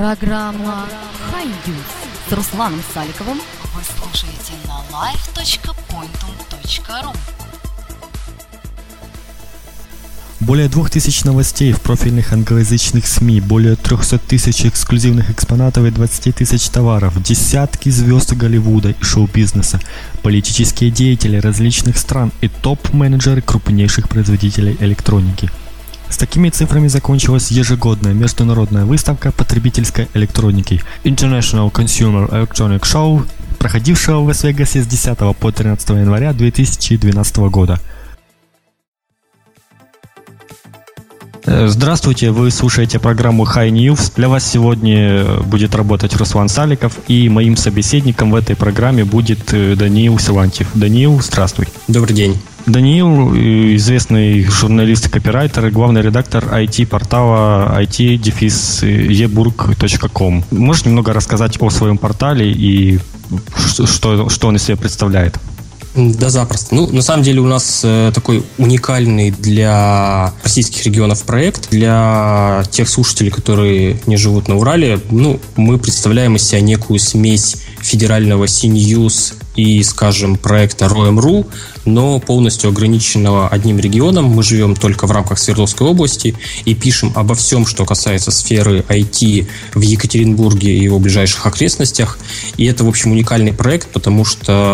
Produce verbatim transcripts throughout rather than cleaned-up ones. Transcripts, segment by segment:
Программа High News с Русланом Саликовым вы слушаете на лайв точка поинтум точка ру. Более двух тысяч новостей в профильных англоязычных СМИ, более триста тысяч эксклюзивных экспонатов и двадцать тысяч товаров, десятки звезд Голливуда и шоу-бизнеса, политические деятели различных стран и топ-менеджеры крупнейших производителей электроники. С такими цифрами закончилась ежегодная международная выставка потребительской электроники International Consumer Electronic Show, проходившая в Лас-Вегасе с десятого по тринадцатое января две тысячи двенадцатого года. Здравствуйте, вы слушаете программу High News. Для вас сегодня будет работать Руслан Саликов, и моим собеседником в этой программе будет Даниил Силантьев. Даниил, здравствуй. Добрый день. Даниил – известный журналист и копирайтер, главный редактор ай ти-портала ай ти дефис и бург точка ком. Можешь немного рассказать о своем портале и что, что он из себя представляет? Да, запросто. Ну, на самом деле у нас э, такой уникальный для российских регионов проект. Для тех слушателей, которые не живут на Урале, ну, мы представляем из себя некую смесь федерального CNews и, скажем, проекта Роем точка ру, но полностью ограниченного одним регионом. Мы живем только в рамках Свердловской области и пишем обо всем, что касается сферы ай ти в Екатеринбурге и его ближайших окрестностях. И это, в общем, уникальный проект, потому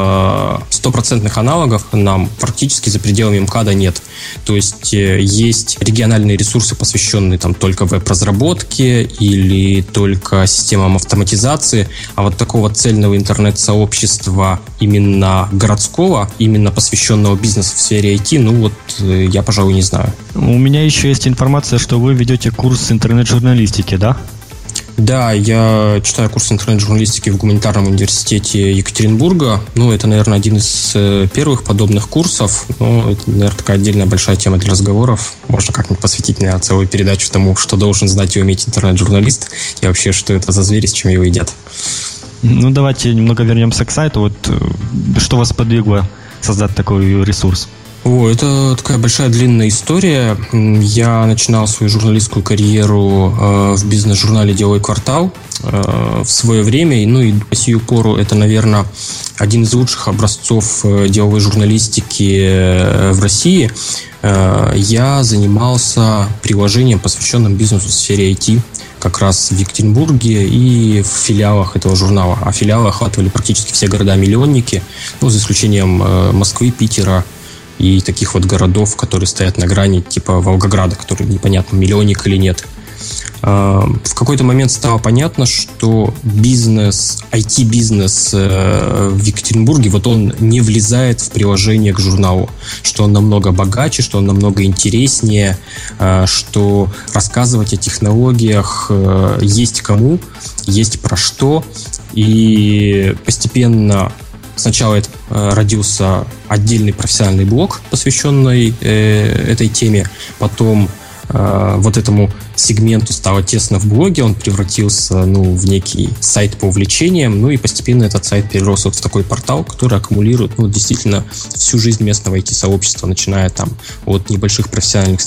что стопроцентных аналогов нам практически за пределами МКАДа нет. То есть есть региональные ресурсы, посвященные там только веб-разработке или только системам автоматизации, а вот такого цельного интернет-сообщества именно городского, именно посвященного бизнесу в сфере ай ти, ну вот я, пожалуй, не знаю. У меня еще есть информация, что вы ведете курс интернет-журналистики, да? Да, я читаю курс интернет-журналистики в Гуманитарном университете Екатеринбурга. Ну, это, наверное, один из первых подобных курсов. Но это, наверное, такая отдельная большая тема для разговоров. Можно как-нибудь посвятить, наверное, целую передачу тому, что должен знать и уметь интернет-журналист, и вообще, что это за звери, с чем его едят. Ну, давайте немного вернемся к сайту. Вот что вас подвигло создать такой ресурс? О, это такая большая длинная история. Я начинал свою журналистскую карьеру э, в бизнес-журнале «Деловой квартал» э, в свое время. Ну и по сию пору это, наверное, один из лучших образцов деловой журналистики в России. Э, я занимался приложением, посвященным бизнесу в сфере ай ти, как раз в Екатеринбурге и в филиалах этого журнала. А филиалы охватывали практически все города-миллионники, ну, за исключением э, Москвы, Питера и таких вот городов, которые стоят на грани типа Волгограда, который непонятно, миллионник или нет. В какой-то момент стало понятно, что бизнес, ай ти-бизнес в Екатеринбурге, вот он не влезает в приложение к журналу, что он намного богаче, что он намного интереснее, что рассказывать о технологиях есть кому, есть про что, и постепенно сначала это, э, родился отдельный профессиональный блог, посвященный э, этой теме. Потом э, вот этому сегменту стало тесно в блоге. Он превратился ну, в некий сайт по увлечениям. Ну и постепенно этот сайт перерос вот в такой портал, который аккумулирует ну, действительно всю жизнь местного ай ти-сообщества, начиная там от небольших профессиональных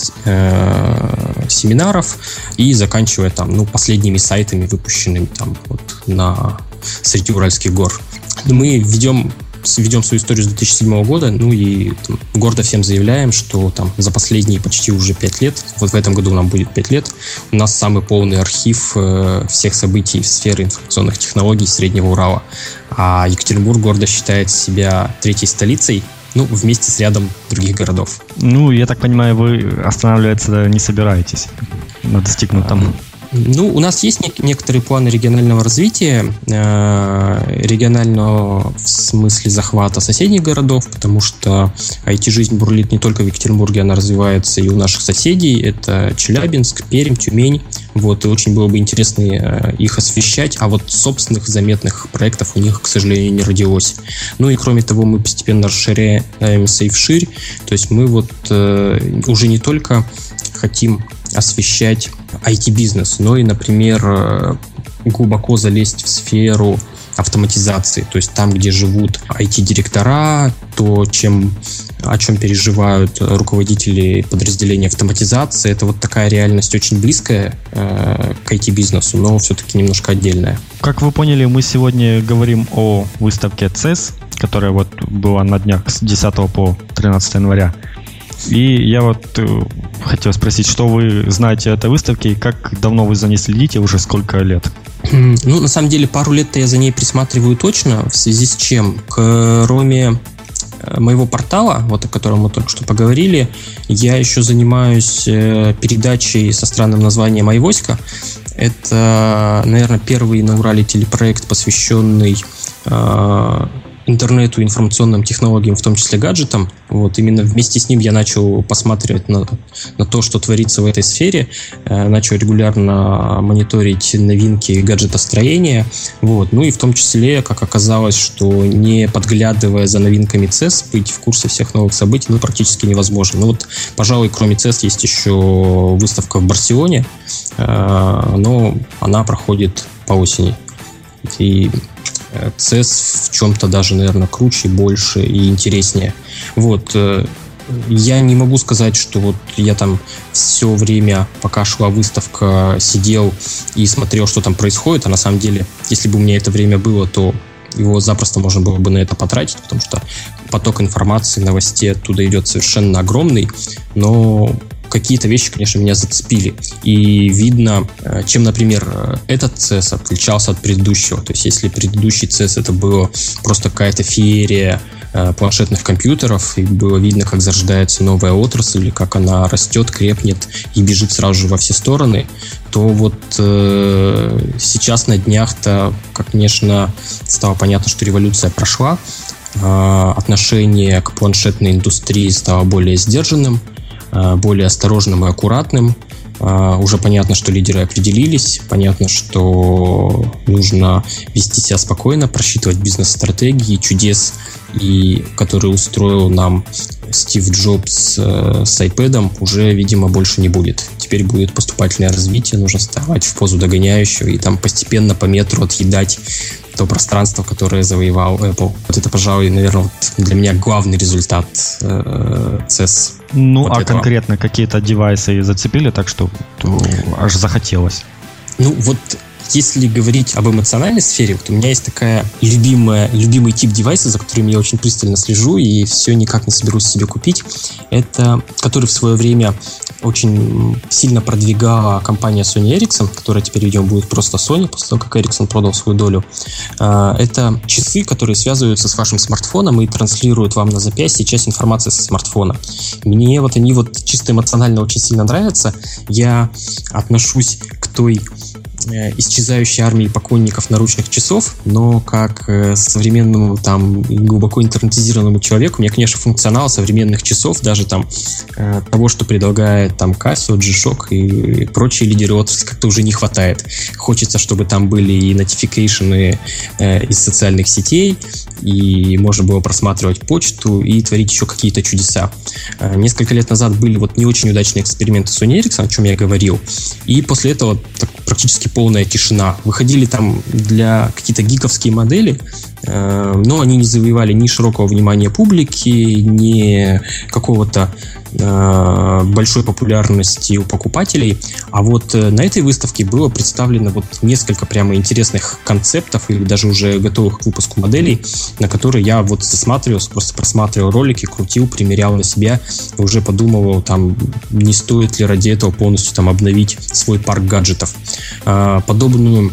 э, семинаров и заканчивая там ну, последними сайтами, выпущенными там вот на среди Уральских гор. Мы ведем, ведем свою историю с две тысячи седьмого года, ну и там, гордо всем заявляем, что там за последние почти уже пять лет, вот в этом году нам будет пять лет, у нас самый полный архив э, всех событий в сфере информационных технологий Среднего Урала. А Екатеринбург гордо считает себя третьей столицей, ну, вместе с рядом других городов. Ну, я так понимаю, вы останавливаться не собираетесь, надо достигнуть там... Ну, у нас есть не- некоторые планы регионального развития, э- регионального в смысле захвата соседних городов, потому что ай ти-жизнь бурлит не только в Екатеринбурге, она развивается и у наших соседей. Это Челябинск, Пермь, Тюмень. Вот, и очень было бы интересно э- их освещать, а вот собственных заметных проектов у них, к сожалению, не родилось. Ну и кроме того, мы постепенно расширяемся и вширь. То есть мы вот э- уже не только хотим освещать ай ти-бизнес, но и, например, глубоко залезть в сферу автоматизации, то есть там, где живут ай ти-директора, то, чем, о чем переживают руководители подразделений автоматизации, это вот такая реальность очень близкая э, к ай ти-бизнесу, но все-таки немножко отдельная. Как вы поняли, мы сегодня говорим о выставке си и эс, которая вот была на днях с десятого по тринадцатое января. И я вот э, хотел спросить, что вы знаете о этой выставке и как давно вы за ней следите, уже сколько лет? Ну, на самом деле, пару лет-то я за ней присматриваю точно, в связи с чем, кроме моего портала, вот о котором мы только что поговорили, я еще занимаюсь передачей со странным названием «Айвоська». Это, наверное, первый на Урале телепроект, посвященный э, интернету, информационным технологиям, в том числе гаджетам. Вот именно вместе с ним я начал посматривать на, на то, что творится в этой сфере. Э, начал регулярно мониторить новинки гаджетостроения. Вот. Ну и в том числе, как оказалось, что не подглядывая за новинками си и эс, быть в курсе всех новых событий ну, практически невозможно. Ну вот, пожалуй, кроме си и эс есть еще выставка в Барселоне, э, но она проходит по осени. И си и эс в чем-то даже, наверное, круче, больше и интереснее. Вот. Я не могу сказать, что вот я там все время, пока шла выставка, сидел и смотрел, что там происходит, а на самом деле, если бы у меня это время было, то его запросто можно было бы на это потратить, потому что поток информации, новостей оттуда идет совершенно огромный, но какие-то вещи, конечно, меня зацепили. И видно, чем, например, этот си и эс отличался от предыдущего. То есть, если предыдущий си и эс это было просто какая-то феерия планшетных компьютеров, и было видно, как зарождается новая отрасль, как она растет, крепнет и бежит сразу же во все стороны, то вот э, сейчас на днях-то, конечно, стало понятно, что революция прошла, э, отношение к планшетной индустрии стало более сдержанным, более осторожным и аккуратным. Уже понятно, что лидеры определились, понятно, что нужно вести себя спокойно, просчитывать бизнес-стратегии, чудес, и, которые устроил нам Стив Джобс с iPad, уже, видимо, больше не будет. Теперь будет поступательное развитие, нужно вставать в позу догоняющего и там постепенно по метру отъедать то пространство, которое завоевал Apple. Вот это, пожалуй, наверное, вот для меня главный результат э, си и эс. Ну, вот а этого. Конкретно какие-то девайсы зацепили так, что аж захотелось? Ну, вот если говорить об эмоциональной сфере, вот у меня есть такая любимая, любимый тип девайса, за которым я очень пристально слежу и все никак не соберусь себе купить. Это, который в свое время очень сильно продвигала компания Sony Ericsson, которая теперь, видимо, будет просто Sony, после того, как Ericsson продал свою долю. Это часы, которые связываются с вашим смартфоном и транслируют вам на запястье часть информации со смартфона. Мне вот они вот чисто эмоционально очень сильно нравятся. Я отношусь к той исчезающей армии поклонников наручных часов, но как э, современному там глубоко интернетизированному человеку, у меня, конечно, функционал современных часов, даже там э, того, что предлагает там Casio, G-Shock и прочие лидеры отрасли, как-то уже не хватает. Хочется, чтобы там были и нотификейшены э, из социальных сетей, и можно было просматривать почту и творить еще какие-то чудеса. Э, несколько лет назад были вот не очень удачные эксперименты Sony Ericsson, о чем я говорил, и после этого так, практически полная тишина. Выходили там для какие-то гиковские модели, э, но они не завоевали ни широкого внимания публики, ни какого-то э, большой популярности у покупателей. А вот э, на этой выставке было представлено вот несколько прямо интересных концептов или даже уже готовых к выпуску моделей, на которые я вот засматривался, просто просматривал ролики, крутил, примерял на себя и уже подумывал, там, не стоит ли ради этого полностью там обновить свой парк гаджетов. Подобную,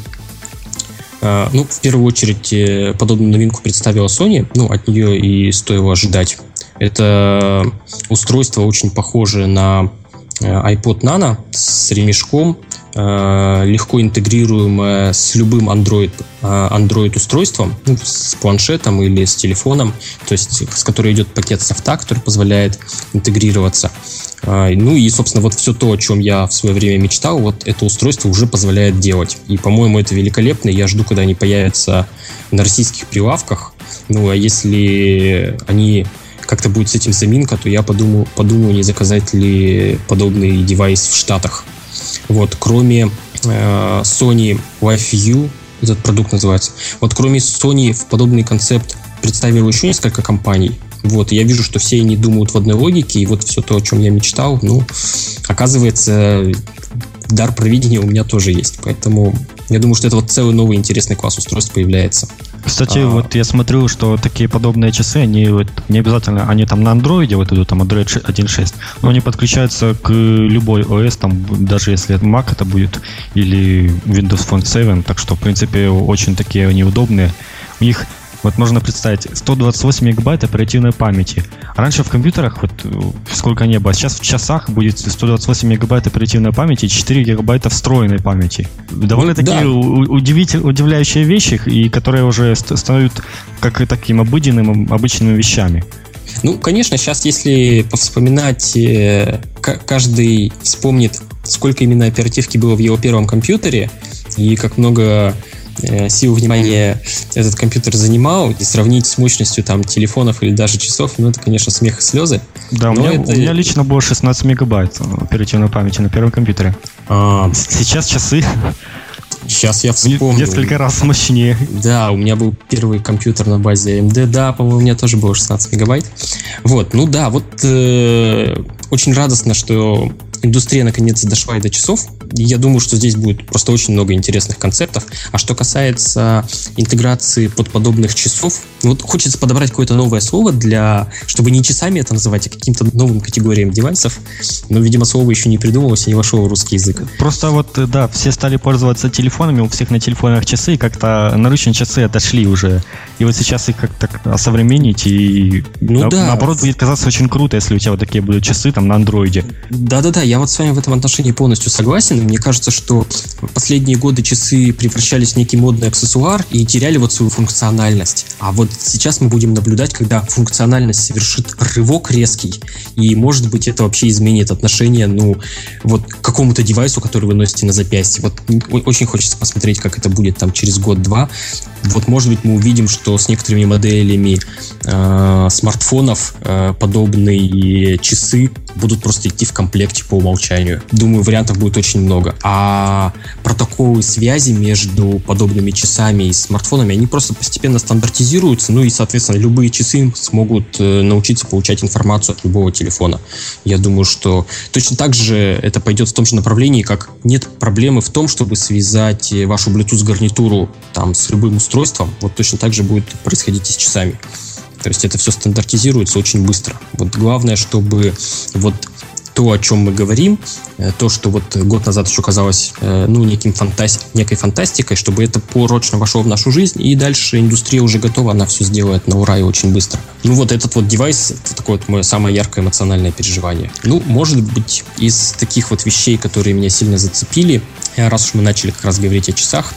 ну, в первую очередь, подобную новинку представила Sony, ну, от нее и стоило ожидать. Это устройство очень похожее на iPod Nano с ремешком, легко интегрируемое с любым Android, Android устройством, ну, с планшетом или с телефоном, то есть с которой идет пакет софта, который позволяет интегрироваться. Ну и, собственно, вот все то, о чем я в свое время мечтал, вот это устройство уже позволяет делать. И, по-моему, это великолепно. Я жду, когда они появятся на российских прилавках. Ну, а если они как-то будет с этим заминка, то я подумаю, подумаю, не заказать ли подобный девайс в Штатах. Вот, кроме э, Sony Wi-Fi, этот продукт называется. Вот кроме Sony в подобный концепт представил еще несколько компаний. Вот, я вижу, что все они думают в одной логике, и вот все то, о чем я мечтал, ну, оказывается, дар провидения у меня тоже есть. Поэтому я думаю, что это вот целый новый интересный класс устройств появляется. Кстати, а, вот я смотрю, что такие подобные часы, они вот не обязательно, они там на андроиде, вот идут, там Android один точка шесть, но они подключаются к любой о эс, там, даже если это Mac это будет, или Windows Phone семь, так что, в принципе, очень такие они удобные. У них, вот можно представить, сто двадцать восемь мегабайт оперативной памяти. Раньше в компьютерах, вот сколько не было, сейчас в часах будет сто двадцать восемь мегабайт оперативной памяти и четыре гигабайта встроенной памяти. Довольно ну, такие да. удивитель, удивляющие вещи, и которые уже становятся как и таким обыденным, обычными вещами. Ну, конечно, сейчас, если повспоминать, каждый вспомнит, сколько именно оперативки было в его первом компьютере, и как много сил внимания этот компьютер занимал, и сравнить с мощностью там телефонов или даже часов, ну, это, конечно, смех и слезы. Да, у меня, это... у меня лично было шестнадцать мегабайт оперативной памяти на первом компьютере. А... Сейчас часы... Сейчас я вспомнил. Несколько раз мощнее. Да, у меня был первый компьютер на базе эй эм ди, да, по-моему, у меня тоже было шестнадцать мегабайт. Вот, ну да, вот э, очень радостно, что индустрия наконец-то дошла и до часов. Я думаю, что здесь будет просто очень много интересных концептов. А что касается интеграции подподобных часов, вот хочется подобрать какое-то новое слово, для, чтобы не часами это называть, а каким-то новым категориям девайсов. Но, видимо, слово еще не придумалось и не вошло в русский язык. Просто вот, да, все стали пользоваться телефонами, у всех на телефонах часы, и как-то наручные часы отошли уже. И вот сейчас их как-то осовременить, и ну, на, да. наоборот будет казаться очень круто, если у тебя вот такие будут часы там на андроиде. Да-да-да, я вот с вами в этом отношении полностью согласен. Мне кажется, что в последние годы часы превращались в некий модный аксессуар и теряли вот свою функциональность. А вот сейчас мы будем наблюдать, когда функциональность совершит рывок резкий, и, может быть, это вообще изменит отношение, ну, вот к какому-то девайсу, который вы носите на запястье. Вот очень хочется посмотреть, как это будет там через год-два. Вот, может быть, мы увидим, что с некоторыми моделями э, смартфонов э, подобные часы будут просто идти в комплекте по умолчанию. Думаю, вариантов будет очень много. А протоколы связи между подобными часами и смартфонами, они просто постепенно стандартизируются, ну и, соответственно, любые часы смогут э, научиться получать информацию от любого телефона. Я думаю, что точно так же это пойдет в том же направлении, как нет проблемы в том, чтобы связать вашу Bluetooth-гарнитуру там с любым устройством. Вот точно так же будет происходить и с часами. То есть это все стандартизируется очень быстро. Вот главное, чтобы вот то, о чем мы говорим, то, что вот год назад еще казалось ну, неким фантаст... некой фантастикой, чтобы это прочно вошло в нашу жизнь, и дальше индустрия уже готова, она все сделает на ура и очень быстро. Ну вот этот вот девайс, это такое вот мое самое яркое эмоциональное переживание. Ну, может быть, из таких вот вещей, которые меня сильно зацепили, раз уж мы начали как раз говорить о часах,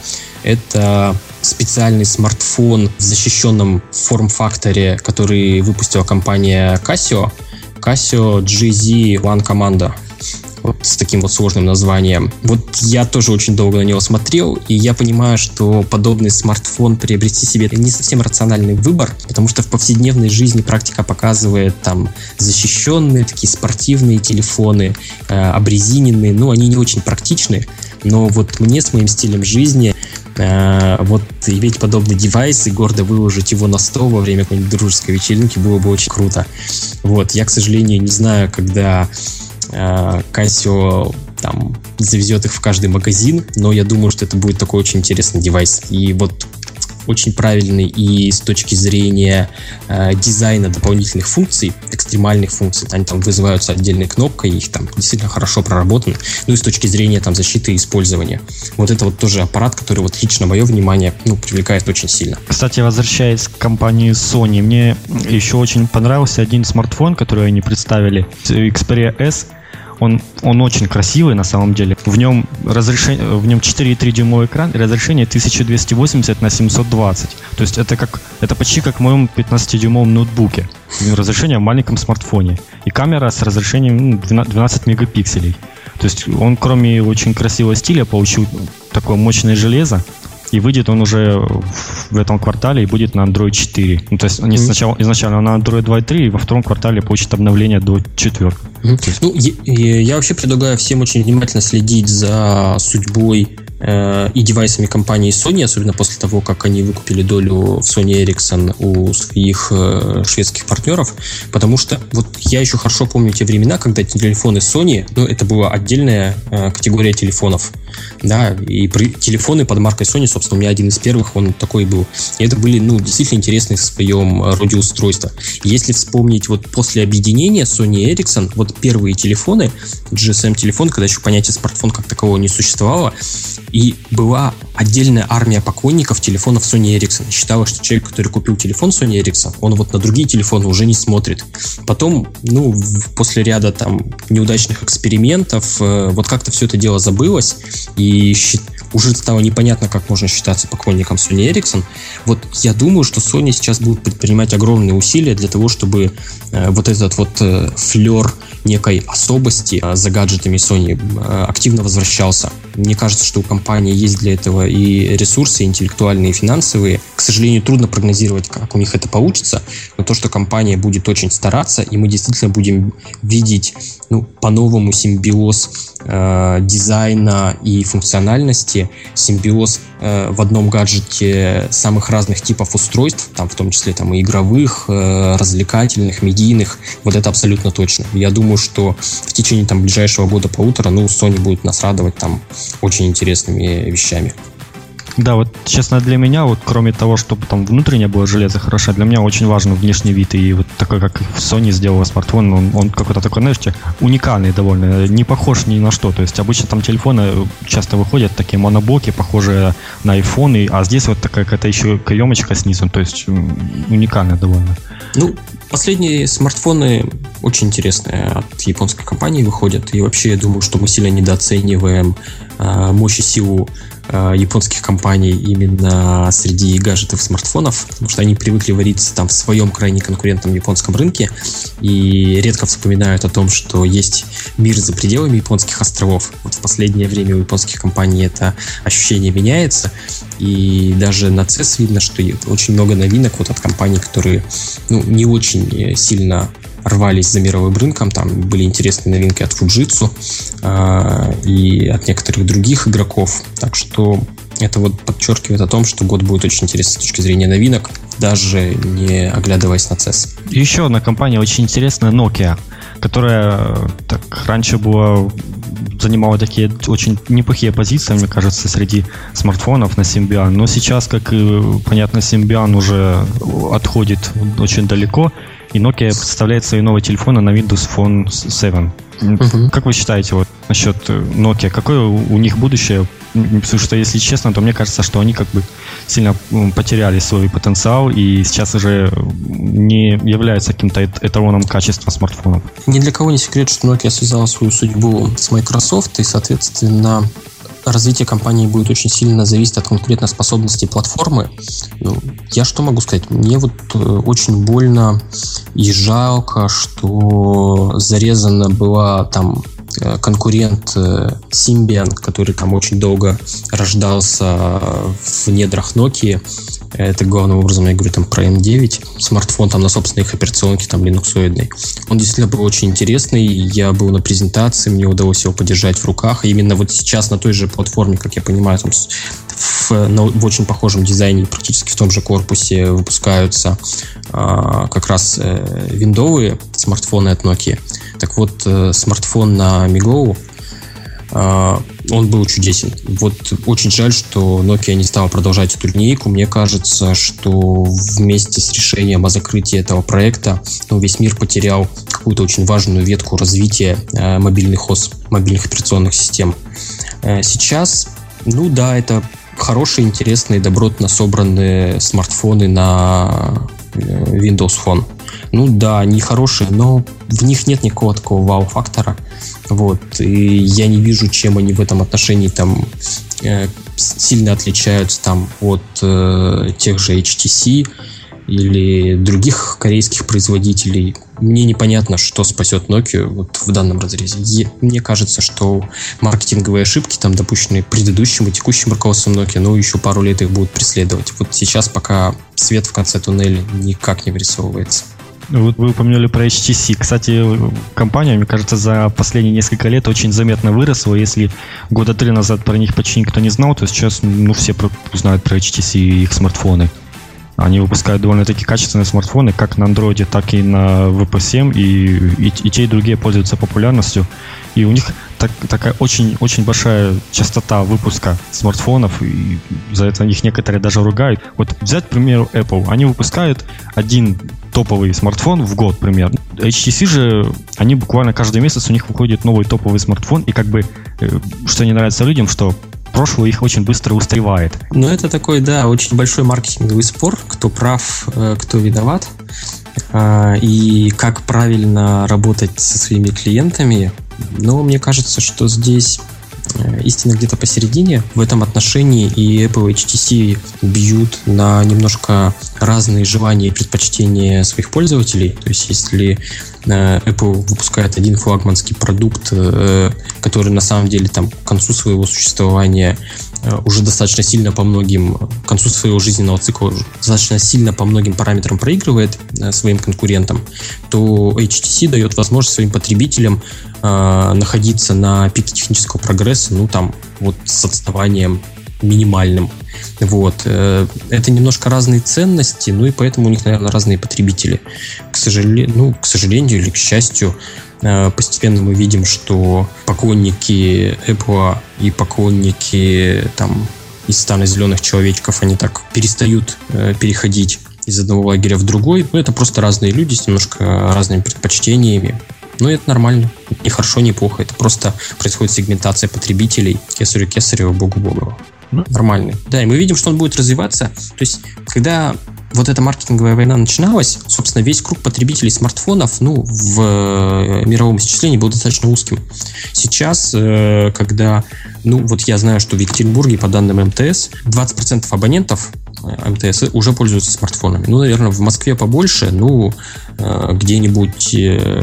это специальный смартфон в защищенном форм-факторе, который выпустила компания Casio. Casio джи зет One Commander. Вот с таким вот сложным названием. Вот я тоже очень долго на него смотрел, и я понимаю, что подобный смартфон приобрести себе не совсем рациональный выбор, потому что в повседневной жизни практика показывает там защищенные, такие спортивные телефоны, э, обрезиненные, ну, они не очень практичны, но вот мне с моим стилем жизни э, вот иметь подобный девайс и гордо выложить его на стол во время какой-нибудь дружеской вечеринки было бы очень круто. Вот, я, к сожалению, не знаю, когда Casio там завезет их в каждый магазин, но я думаю, что это будет такой очень интересный девайс. И вот очень правильный и с точки зрения э, дизайна дополнительных функций, экстремальных функций, они там вызываются отдельной кнопкой, их там действительно хорошо проработаны. Ну и с точки зрения там защиты и использования. Вот это вот тоже аппарат, который вот лично мое внимание ну, привлекает очень сильно. Кстати, возвращаясь к компании Sony, мне еще очень понравился один смартфон, который они представили, Xperia S. Он, он очень красивый на самом деле. В нем, разрешение, в нем четыре и три дюймовый экран и разрешение тысяча двести восемьдесят на семьсот двадцать. То есть это, как, это почти как в моем пятнадцатидюймовом ноутбуке. Разрешение в маленьком смартфоне. И камера с разрешением двенадцать мегапикселей. То есть он, кроме очень красивого стиля, получил такое мощное железо. И выйдет он уже в этом квартале и будет на Android четыре. Ну, то есть они mm-hmm. сначала, изначально на Android два и три, и во втором квартале получат обновление до четыре. Mm-hmm. Ну, я, я вообще предлагаю всем очень внимательно следить за судьбой э, и девайсами компании Sony, особенно после того, как они выкупили долю в Sony Ericsson у своих э, шведских партнеров, потому что вот я еще хорошо помню те времена, когда телефоны Sony, ну, это была отдельная э, категория телефонов, да, и при, телефоны под маркой Sony, собственно, у меня один из первых, он такой был. И это были, ну, действительно интересные в своем роде устройства. Если вспомнить, вот после объединения Sony и Ericsson, вот первые телефоны, джи эс эм-телефон, когда еще понятие смартфон как такового не существовало, и была отдельная армия поклонников телефонов Sony Ericsson. Считалось, что человек, который купил телефон Sony Ericsson, он вот на другие телефоны уже не смотрит. Потом, ну, после ряда там неудачных экспериментов, вот как-то все это дело забылось, и уже стало непонятно, как можно считаться поклонником Sony Ericsson. Вот я думаю, что Sony сейчас будет предпринимать огромные усилия для того, чтобы э, вот этот вот э, флер некой особости э, за гаджетами Sony э, активно возвращался. Мне кажется, что у компании есть для этого и ресурсы, и интеллектуальные, и финансовые. К сожалению, трудно прогнозировать, как у них это получится, но то, что компания будет очень стараться, и мы действительно будем видеть, ну, по-новому симбиоз э, дизайна и функциональности, симбиоз э, в одном гаджете самых разных типов устройств, там, в том числе там, и игровых, э, развлекательных, медийных. Вот это абсолютно точно. Я думаю, что в течение там, ближайшего года-полутора, ну, Sony будет нас радовать там очень интересными вещами. Да, вот честно для меня, вот кроме того, чтобы там внутреннее было железо хорошо, для меня очень важен внешний вид. И вот такой, как Sony сделала смартфон, он, он какой-то такой, знаешь, уникальный довольно, не похож ни на что. То есть обычно там телефоны часто выходят такие моноблоки, похожие на айфоны, а здесь вот такая какая-то еще каемочка снизу, то есть уникально довольно. Ну, последние смартфоны очень интересные от японской компании выходят. И вообще я думаю, что мы сильно недооцениваем э, мощь и силу э, японских компаний именно среди гаджетов и смартфонов, потому что они привыкли вариться там в своем крайне конкурентном японском рынке и редко вспоминают о том, что есть мир за пределами японских островов. Вот в последнее время у японских компаний это ощущение меняется. И даже на цэс видно, что очень много новинок вот от компаний, которые, ну, не очень сильно рвались за мировым рынком. Там были интересные новинки от Fujitsu э, и от некоторых других игроков. Так что это вот подчеркивает о том, что год будет очень интересный с точки зрения новинок, даже не оглядываясь на цэс. Еще одна компания очень интересная, Nokia, которая так раньше была, занимала такие очень неплохие позиции, мне кажется, среди смартфонов на Symbian. Но сейчас, как понятно, Symbian уже отходит очень далеко, и Nokia представляет свои новые телефоны на Windows Phone семь. Uh-huh. Как вы считаете вот насчет Nokia? Какое у них будущее? Потому что, если честно, то мне кажется, что они как бы сильно потеряли свой потенциал и сейчас уже не являются каким-то эталоном качества смартфонов. Ни для кого не секрет, что Nokia связала свою судьбу с Microsoft, и, соответственно, развитие компании будет очень сильно зависеть от конкурентоспособности платформы. Ну, я что могу сказать? Мне вот э, очень больно и жалко, что зарезана была там э, конкурент э, Symbian, который там очень долго рождался в недрах Nokia. Это главным образом, я говорю там про эм девять, смартфон там на собственной их операционке, там линуксоидной. Он действительно был очень интересный, я был на презентации, мне удалось его подержать в руках. И именно вот сейчас на той же платформе, как я понимаю, там в, на, в очень похожем дизайне, практически в том же корпусе выпускаются а, как раз э, виндовые смартфоны от Nokia. Так вот, э, смартфон на Migo, а, он был чудесен. Вот очень жаль, что Nokia не стала продолжать эту линейку. Мне кажется, что вместе с решением о закрытии этого проекта, ну, весь мир потерял какую-то очень важную ветку развития э, мобильных ОС, мобильных операционных систем. Э, сейчас, ну да, это хорошие, интересные, добротно собранные смартфоны на э, Windows Phone. Ну да, они хорошие, но в них нет никакого такого вау-фактора. Вот. И я не вижу, чем они в этом отношении там э, сильно отличаются там, от э, тех же эйч ти си или других корейских производителей. Мне непонятно, что спасет Nokia вот в данном разрезе. И мне кажется, что маркетинговые ошибки, там, допущенные предыдущим и текущим руководством Nokia, ну, еще пару лет их будут преследовать. Вот сейчас пока свет в конце туннеля никак не вырисовывается. Вот вы упомянули про эйч ти си. Кстати, компания, мне кажется, за последние несколько лет очень заметно выросла. Если года три назад про них почти никто не знал, то сейчас ну, все знают про эйч ти си и их смартфоны. Они выпускают довольно-таки качественные смартфоны, как на Android, так и на ви пи семь, и, и, и те, и другие пользуются популярностью. И у них так, такая очень-очень большая частота выпуска смартфонов, и за это их некоторые даже ругают. Вот взять, к примеру, Apple. Они выпускают один топовый смартфон в год примерно. эйч ти си же, они буквально каждый месяц у них выходит новый топовый смартфон, и как бы, что не нравится людям, что прошлое их очень быстро устаревает. Ну, это такой, да, очень большой маркетинговый спор, кто прав, кто виноват, и как правильно работать со своими клиентами. Но мне кажется, что здесь истина где-то посередине. В этом отношении и Apple, и эйч ти си бьют на немножко разные желания и предпочтения своих пользователей. То есть, если Apple выпускает один флагманский продукт, который на самом деле там, к концу своего существования уже достаточно сильно по многим, к концу своего жизненного цикла достаточно сильно по многим параметрам проигрывает своим конкурентам, то эйч ти си дает возможность своим потребителям э, находиться на пике технического прогресса, ну там вот с отставанием минимальным. Вот. Это немножко разные ценности, ну и поэтому у них, наверное, разные потребители. К сожалению, ну, к сожалению или к счастью, постепенно мы видим, что поклонники Apple и поклонники там, из стана зеленых человечков, они так перестают переходить из одного лагеря в другой. Ну, это просто разные люди с немножко разными предпочтениями. Но это нормально. Ни хорошо, ни плохо. Это просто происходит сегментация потребителей. Кесарю кесарева, богу богово. Нормальный. Да, и мы видим, что он будет развиваться. То есть, когда вот эта маркетинговая война начиналась, собственно, весь круг потребителей смартфонов, ну, в мировом исчислении был достаточно узким. Сейчас, когда, ну, вот я знаю, что в Екатеринбурге, по данным эм тэ эс, двадцать процентов абонентов эм тэ эс уже пользуются смартфонами. Ну, наверное, в Москве побольше, ну, где-нибудь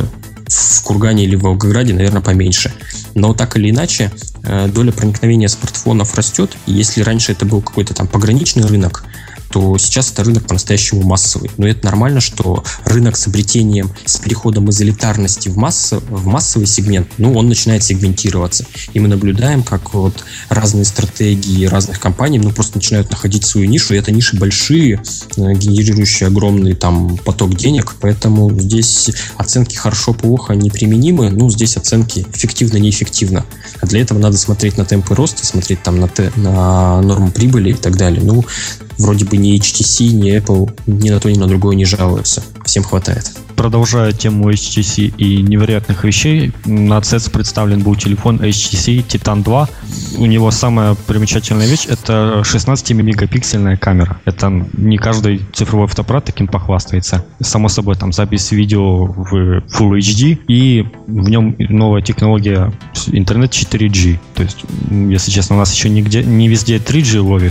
в Кургане или в Волгограде, наверное, поменьше. Но так или иначе, доля проникновения смартфонов растет. И если раньше это был какой-то там пограничный рынок, то сейчас это рынок по-настоящему массовый. Но это нормально, что рынок с обретением, с переходом из элитарности в, масса, в массовый сегмент, ну, он начинает сегментироваться. И мы наблюдаем, как вот разные стратегии разных компаний, ну, просто начинают находить свою нишу, и это ниши большие, генерирующие огромный там поток денег, поэтому здесь оценки хорошо-плохо неприменимы, ну, здесь оценки эффективно-неэффективно. А для этого надо смотреть на темпы роста, смотреть там на, те, на норму прибыли и так далее. Ну, вроде бы ни эйч ти си, ни Apple ни на то, ни на другое не жалуются. Всем хватает. Продолжая тему эйч ти си и невероятных вещей, на си и си представлен был телефон эйч ти си Titan два. У него самая примечательная вещь — это шестнадцатимегапиксельная камера. Это не каждый цифровой фотоаппарат таким похвастается. Само собой, там запись видео в Full эйч ди, и в нем новая технология интернет четыре джи. То есть, если честно, у нас еще нигде, не везде три джи ловит.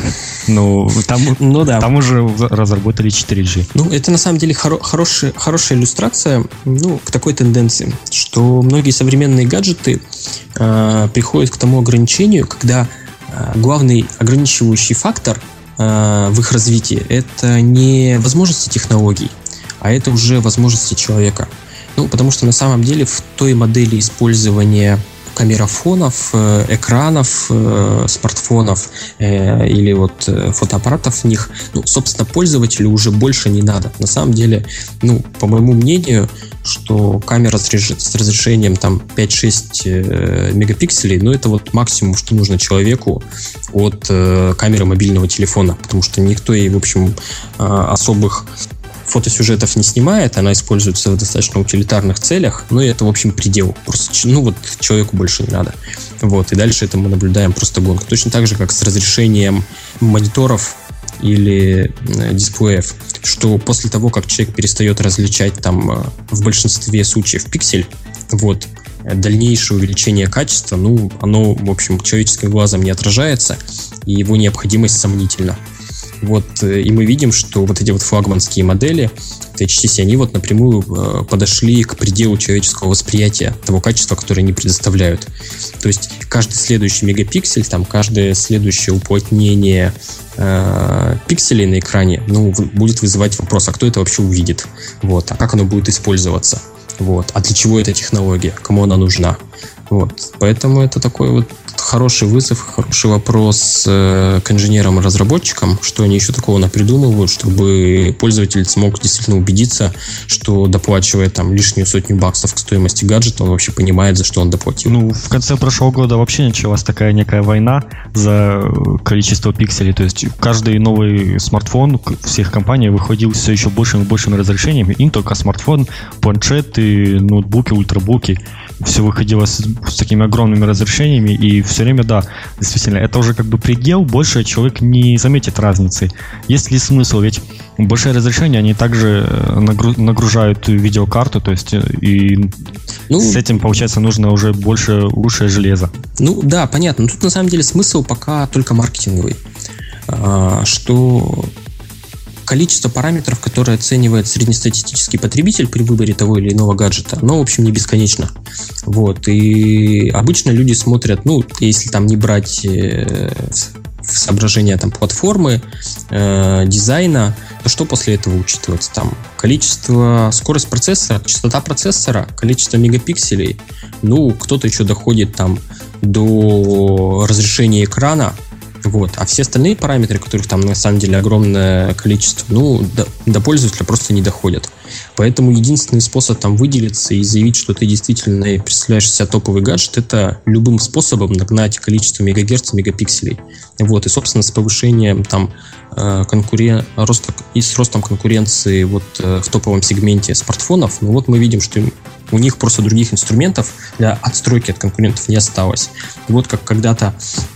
Ну, там, ну, да. Там уже разработали четыре джи. Ну, это на самом деле хоро- хороший, хорошая иллюстрация, ну, к такой тенденции, что многие современные гаджеты э, приходят к тому ограничению, когда э, главный ограничивающий фактор э, в их развитии — это не возможности технологий, а это уже возможности человека. Ну, потому что на самом деле в той модели использования камерафонов, экранов, смартфонов или вот фотоаппаратов в них, ну, собственно, пользователю уже больше не надо. На самом деле, ну, по моему мнению, что камера с разрешением там пять-шесть мегапикселей, ну, это вот максимум, что нужно человеку от камеры мобильного телефона, потому что никто ей, в общем, особых фотосюжетов не снимает, она используется в достаточно утилитарных целях, но это, в общем, предел. Просто, ну, вот человеку больше не надо. Вот, и дальше это мы наблюдаем просто гонку. Точно так же, как с разрешением мониторов или дисплеев, что после того, как человек перестает различать там в большинстве случаев пиксель, вот, дальнейшее увеличение качества, ну, оно, в общем, человеческим глазом не отражается, и его необходимость сомнительна. Вот, и мы видим, что вот эти вот флагманские модели эйч ти си, они вот напрямую подошли к пределу человеческого восприятия того качества, которое они предоставляют. То есть каждый следующий мегапиксель, там, каждое следующее уплотнение э, пикселей на экране, ну, будет вызывать вопрос, а кто это вообще увидит? Вот, а как оно будет использоваться? Вот, а для чего эта технология? Кому она нужна? Вот, поэтому это такой вот хороший вызов, хороший вопрос э, к инженерам и разработчикам, что они еще такого напридумывают, чтобы пользователь смог действительно убедиться, что доплачивая там лишнюю сотню баксов к стоимости гаджета, он вообще понимает, за что он доплатил. Ну, в конце прошлого года вообще началась такая некая война за количество пикселей, то есть каждый новый смартфон всех компаний выходил все еще большими и большими разрешениями, и не только смартфон, планшеты, ноутбуки, ультрабуки, все выходило с, с такими огромными разрешениями, и все время, да, действительно, это уже как бы предел, больше человек не заметит разницы. Есть ли смысл? Ведь большие разрешения, они также нагру- нагружают видеокарту, то есть и ну, с этим, получается, нужно уже больше, лучшее железо. Ну, да, понятно. Но тут, на самом деле, смысл пока только маркетинговый. А, что... количество параметров, которые оценивает среднестатистический потребитель при выборе того или иного гаджета, оно, в общем, не бесконечно. Вот. И обычно люди смотрят, ну, если там не брать э, в соображение там, платформы, э, дизайна, то что после этого учитывается? Там количество, скорость процессора, частота процессора, количество мегапикселей. Ну, кто-то еще доходит там до разрешения экрана. Вот. А все остальные параметры, которых там на самом деле огромное количество, ну, до, до пользователя просто не доходят. Поэтому единственный способ там выделиться и заявить, что ты действительно представляешь себя топовый гаджет, это любым способом нагнать количество мегагерц, мегапикселей. Вот. И, собственно, с повышением там конкурен... роста... и с ростом конкуренции вот в топовом сегменте смартфонов, ну вот мы видим, что у них просто других инструментов для отстройки от конкурентов не осталось. И вот как когда-то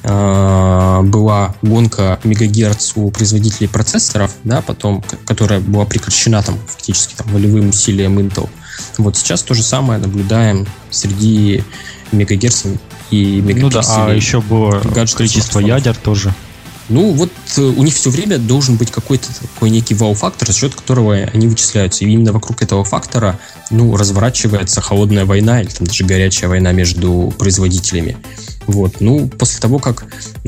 э, была гонка мегагерц у производителей процессоров, да, потом, которая была прекращена там, фактически там, волевым усилием Intel. Вот сейчас то же самое наблюдаем среди мегагерц и мегапикселей. Ну да, а еще было количество ядер тоже. Ну, вот у них все время должен быть какой-то такой некий вау-фактор, за счет которого они вычисляются. И именно вокруг этого фактора, ну, разворачивается холодная война или там даже горячая война между производителями. Вот. Ну, после того, как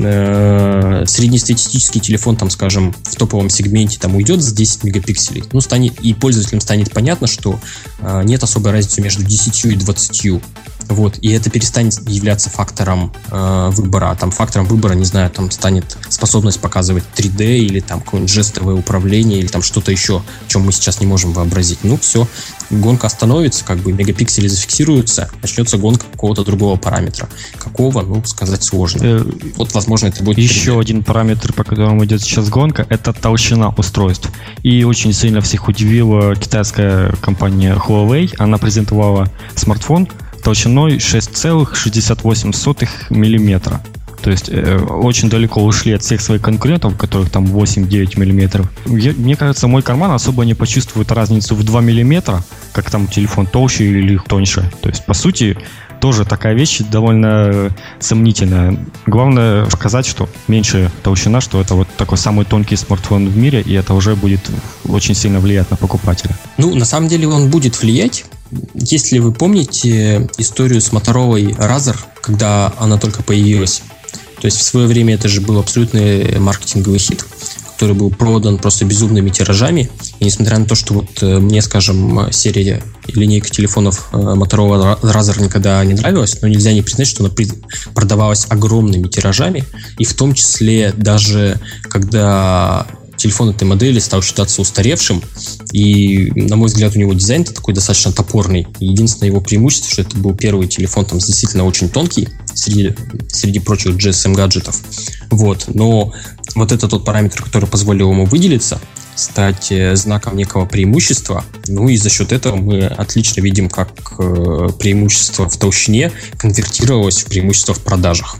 э, среднестатистический телефон, там, скажем, в топовом сегменте там уйдет с десять мегапикселей, ну, станет, и пользователям станет понятно, что э, нет особой разницы между десятью и двадцатью. Вот, и это перестанет являться фактором э, выбора. Там фактором выбора, не знаю, там станет способность показывать три дэ или там какое-нибудь жестовое управление или там что-то еще, о чем мы сейчас не можем вообразить. Ну, все, гонка остановится, как бы мегапиксели зафиксируются, начнется гонка какого-то другого параметра. Какого, ну, сказать сложно. Э, вот, возможно, это будет... Еще три дэ. Один параметр, по которому идет сейчас гонка, это толщина устройств. И очень сильно всех удивила китайская компания Huawei. Она презентовала смартфон толщиной шесть целых шестьдесят восемь сотых миллиметра. То есть э, очень далеко ушли от всех своих конкурентов, у которых там восемь-девять миллиметров. Я, мне кажется, мой карман особо не почувствует разницу в два миллиметра, как там телефон толще или тоньше. То есть, по сути, тоже такая вещь довольно сомнительная. Главное показать, что меньше толщина, что это вот такой самый тонкий смартфон в мире, и это уже будет очень сильно влиять на покупателя. Ну, на самом деле он будет влиять. Если вы помните историю с Motorola Razr, когда она только появилась, то есть в свое время это же был абсолютный маркетинговый хит, который был продан просто безумными тиражами. И несмотря на то, что вот мне, скажем, серия линейка телефонов Motorola Razr никогда не нравилась, но нельзя не признать, что она продавалась огромными тиражами. И в том числе даже когда телефон этой модели стал считаться устаревшим, и, на мой взгляд, у него дизайн такой достаточно топорный. Единственное его преимущество, что это был первый телефон там действительно очень тонкий среди, среди прочих джи эс эм-гаджетов. Вот. Но вот это тот параметр, который позволил ему выделиться, стать знаком некого преимущества. Ну и за счет этого мы отлично видим, как преимущество в толщине конвертировалось в преимущество в продажах.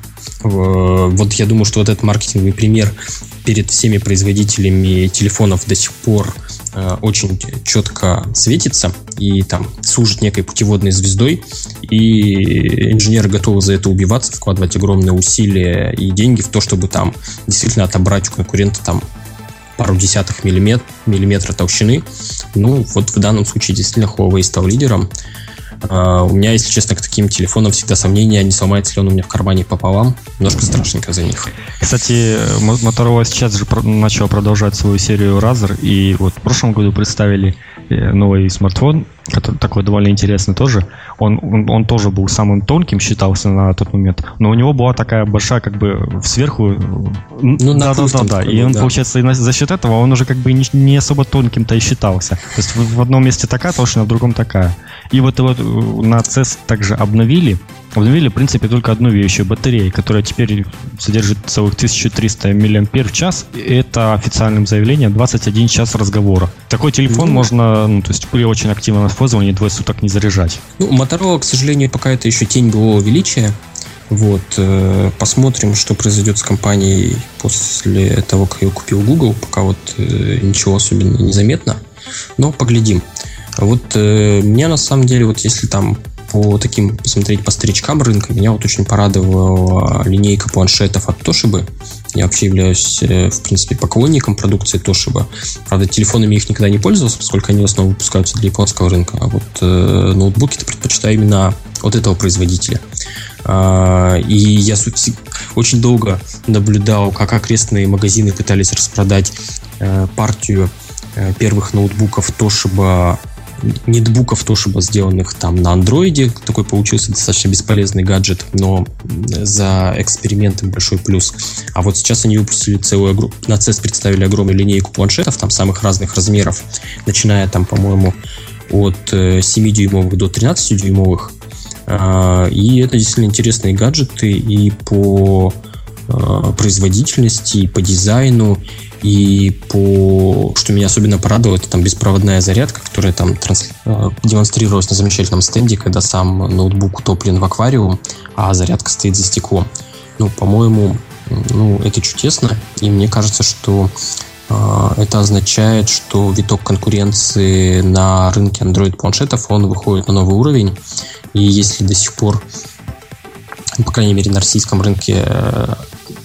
Вот я думаю, что вот этот маркетинговый пример перед всеми производителями телефонов до сих пор э, очень четко светится и там служит некой путеводной звездой, и инженеры готовы за это убиваться, вкладывать огромные усилия и деньги в то, чтобы там действительно отобрать у конкурента там пару десятых миллиметр, миллиметра толщины. Ну, вот в данном случае действительно Huawei стал лидером. Uh, у меня, если честно, к таким телефонам всегда сомнения, не сломается ли он у меня в кармане пополам. Немножко страшненько за них. Кстати, Motorola сейчас же начала продолжать свою серию Razr, и вот в прошлом году представили новый смартфон, который такой довольно интересный тоже. Он, он, он тоже был самым тонким, считался на тот момент, но у него была такая большая, как бы сверху. Ну, да, да, да, да. И он, да. получается, за счет этого он уже как бы не, не особо тонким-то и считался. То есть в, в одном месте такая толщина, в другом такая. И вот, вот на си и эс также обновили. Обновили, в принципе, только одну вещь, батарея, которая теперь содержит целых тысяча триста миллиампер в час. Это официальным заявлением двадцать один час разговора. Такой телефон mm-hmm. можно, ну, то есть при очень активном использовании двое суток не заряжать. Ну, Motorola, к сожалению, пока это еще тень былого величия. Вот, э, посмотрим, что произойдет с компанией после того, как ее купил Google. Пока вот э, ничего особенно не заметно. Но поглядим. Вот э, меня на самом деле, вот если там по таким посмотреть по старичкам рынка, меня вот очень порадовала линейка планшетов от Toshiba. Я вообще являюсь, в принципе, поклонником продукции Toshiba. Правда, телефонами их никогда не пользовался, поскольку они в основном выпускаются для японского рынка. А вот э, ноутбуки-то предпочитаю именно от этого производителя. А, и я очень долго наблюдал, как окрестные магазины пытались распродать э, партию э, первых ноутбуков Toshiba, нетбуков Toshiba, сделанных там на андроиде. Такой получился достаточно бесполезный гаджет, но за эксперименты большой плюс. А вот сейчас они выпустили целую группу, на си и эс представили огромную линейку планшетов, там самых разных размеров, начиная там, по-моему, от семидюймовых до тринадцатидюймовых. И это действительно интересные гаджеты и по производительности, и по дизайну, и по, что меня особенно порадовало, это там беспроводная зарядка, которая там транс... демонстрировалась на замечательном стенде, когда сам ноутбук утоплен в аквариум, а зарядка стоит за стеклом. Ну, по-моему, ну, это чудесно, и мне кажется, что э, это означает, что виток конкуренции на рынке Android-планшетов, он выходит на новый уровень, и если до сих пор, по крайней мере, на российском рынке э,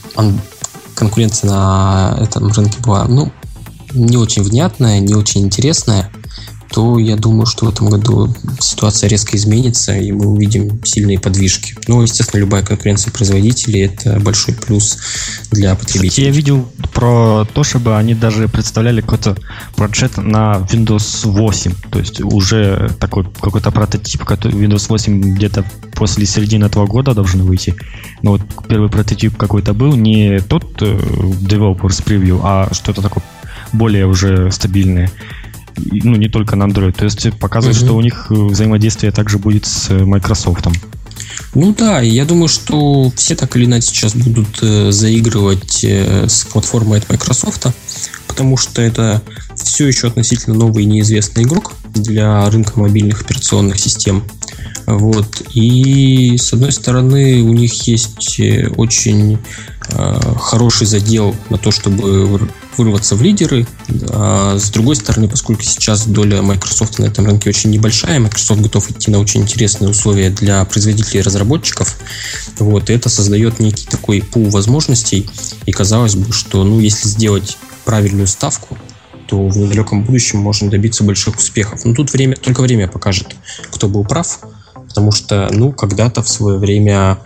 конкуренция на этом рынке была, ну, не очень внятная, не очень интересная, то я думаю, что в этом году ситуация резко изменится, и мы увидим сильные подвижки. Ну, естественно, любая конкуренция производителей – это большой плюс для потребителей. Кстати, я видел про Toshiba, они даже представляли какой-то планшет на Windows восемь, то есть уже такой какой-то прототип, который Windows восемь где-то после середины этого года должен выйти. Но вот первый прототип какой-то был, не тот э, Developers Preview, а что-то такое более уже стабильное. Ну, не только на Android. То есть показывает, mm-hmm. что у них взаимодействие также будет с Microsoft. Ну да, я думаю, что все так или иначе сейчас будут э, заигрывать э, с платформой от Microsoft, потому что это все еще относительно новый и неизвестный игрок для рынка мобильных операционных систем. Вот. И с одной стороны, у них есть очень э, хороший задел на то, чтобы вырваться в лидеры. А с другой стороны, поскольку сейчас доля Microsoft на этом рынке очень небольшая, Microsoft готов идти на очень интересные условия для производителей и разработчиков. Вот. И это создает некий такой пул возможностей. И казалось бы, что ну, если сделать правильную ставку, то в недалеком будущем можно добиться больших успехов. Но тут время, только время покажет, кто был прав. Потому что, ну, когда-то в свое время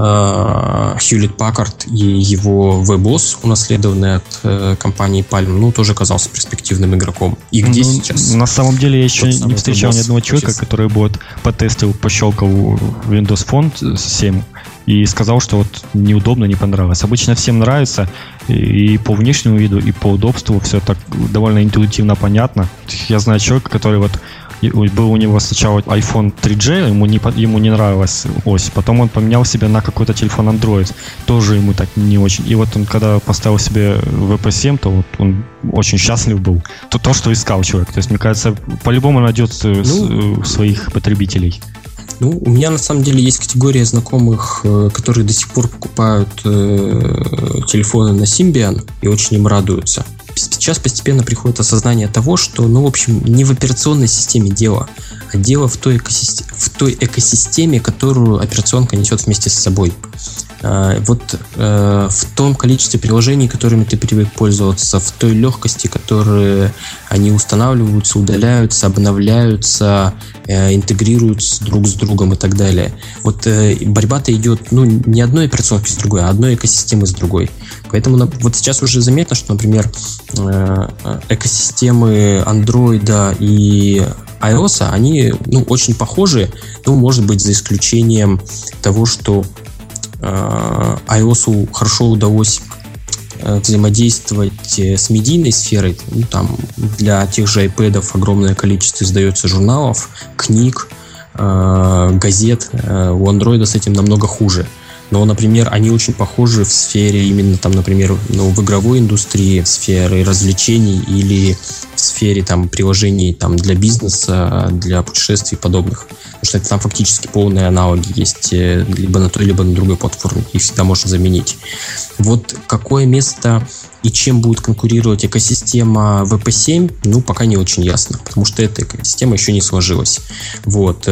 э, Хьюлетт Паккард и его WebOS, унаследованный от э, компании Palm, ну, тоже казался перспективным игроком. И где ну, сейчас? На самом деле я еще не встречал WebOS, ни одного человека, сейчас. который бы вот потестил, пощелкал Windows Phone семь и сказал, что вот неудобно, не понравилось. Обычно всем нравится и по внешнему виду, и по удобству все так довольно интуитивно понятно. Я знаю человека, который вот был у него сначала iPhone три джи, ему не, ему не нравилась ось, потом он поменял себе на какой-то телефон Android, тоже ему так не очень. И вот он, когда поставил себе ви пи семь, то вот он очень счастлив был. То, то что искал человек. То есть, мне кажется, по-любому найдет ну, своих потребителей. Ну, у меня на самом деле есть категория знакомых, которые до сих пор покупают э, телефоны на Symbian и очень им радуются. Сейчас постепенно приходит осознание того, что, ну, в общем, не в операционной системе дело, а дело в той, экосистеме, в той экосистеме, которую операционка несет вместе с собой. Вот в том количестве приложений, которыми ты привык пользоваться, в той легкости, которые они устанавливаются, удаляются, обновляются, интегрируются друг с другом и так далее. Вот борьба-то идет, ну, не одной операционки с другой, а одной экосистемы с другой. Поэтому вот сейчас уже заметно, что, например, экосистемы Android и iOS, они, ну, очень похожи, ну, может быть, за исключением того, что iOS хорошо удалось взаимодействовать с медийной сферой. Ну, там для тех же iPad'ов огромное количество издается журналов, книг, газет. У Android с этим намного хуже. Но, например, они очень похожи в сфере именно, там, например, ну, в игровой индустрии, в сфере развлечений или в сфере там, приложений там, для бизнеса, для путешествий и подобных. Потому что это там фактически полные аналоги есть либо на той, либо на другой платформе. Их всегда можно заменить. Вот какое место и чем будет конкурировать экосистема ви пи семь, ну, пока не очень ясно, потому что эта экосистема еще не сложилась. Вот.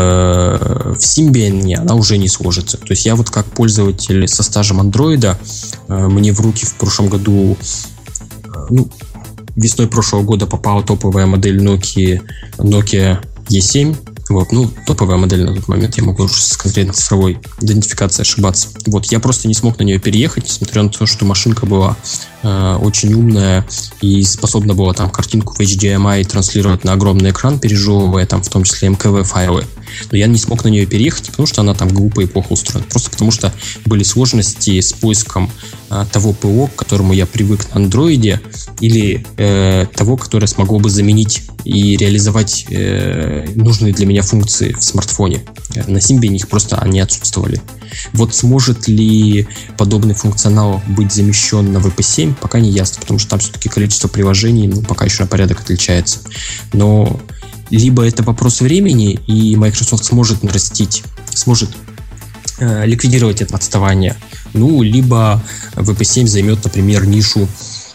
В Symbian она уже не сложится. То есть я вот как пользователь со стажем Android, мне в руки в прошлом году, ну, весной прошлого года попала топовая модель Nokia, Nokia и семь. Вот, ну, топовая модель на тот момент, я могу уже с конкретно цифровой идентификацией ошибаться. Вот, я просто не смог на нее переехать, несмотря на то, что машинка была э, очень умная и способна была там картинку в эйч ди эм ай транслировать на огромный экран, пережевывая там в том числе эм ка вэ файлы. Но я не смог на нее переехать, потому что она там глупо и плохо устроена. Просто потому что были сложности с поиском э, того ПО, к которому я привык на Android, или э, того, которое смогло бы заменить и реализовать э, нужные для меня функции в смартфоне. На Symbian их просто они отсутствовали. Вот сможет ли подобный функционал быть замещен на ви пи семь, пока не ясно, потому что там все-таки количество приложений, ну, пока еще на порядок отличается. Но либо это вопрос времени, и Microsoft сможет нарастить, сможет э, ликвидировать это отставание, ну, либо ви пи семь займет, например, нишу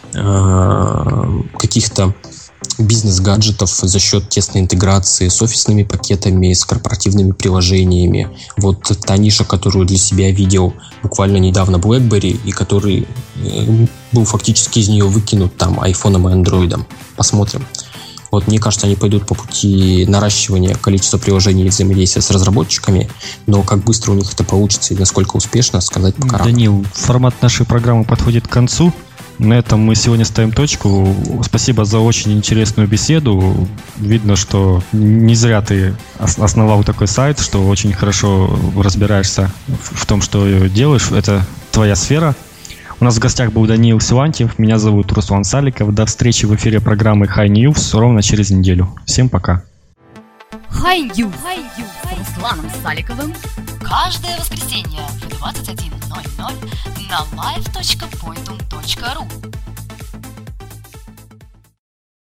э, каких-то бизнес-гаджетов за счет тесной интеграции с офисными пакетами, с корпоративными приложениями. Вот та ниша, которую для себя видел буквально недавно BlackBerry, и который э, был фактически из нее выкинут там айфоном и андроидом. Посмотрим. Вот мне кажется, они пойдут по пути наращивания количества приложений и взаимодействия с разработчиками, но как быстро у них это получится и насколько успешно, сказать пока рано. Данил, формат нашей программы подходит к концу. На этом мы сегодня ставим точку. Спасибо за очень интересную беседу. Видно, что не зря ты основал такой сайт, что очень хорошо разбираешься в том, что делаешь. Это твоя сфера. У нас в гостях был Даниил Силантьев. Меня зовут Руслан Саликов. До встречи в эфире программы High News ровно через неделю. Всем пока. High News с Русланом Саликовым каждое воскресенье в двадцать один ноль ноль на лайв точка поинтум точка ру.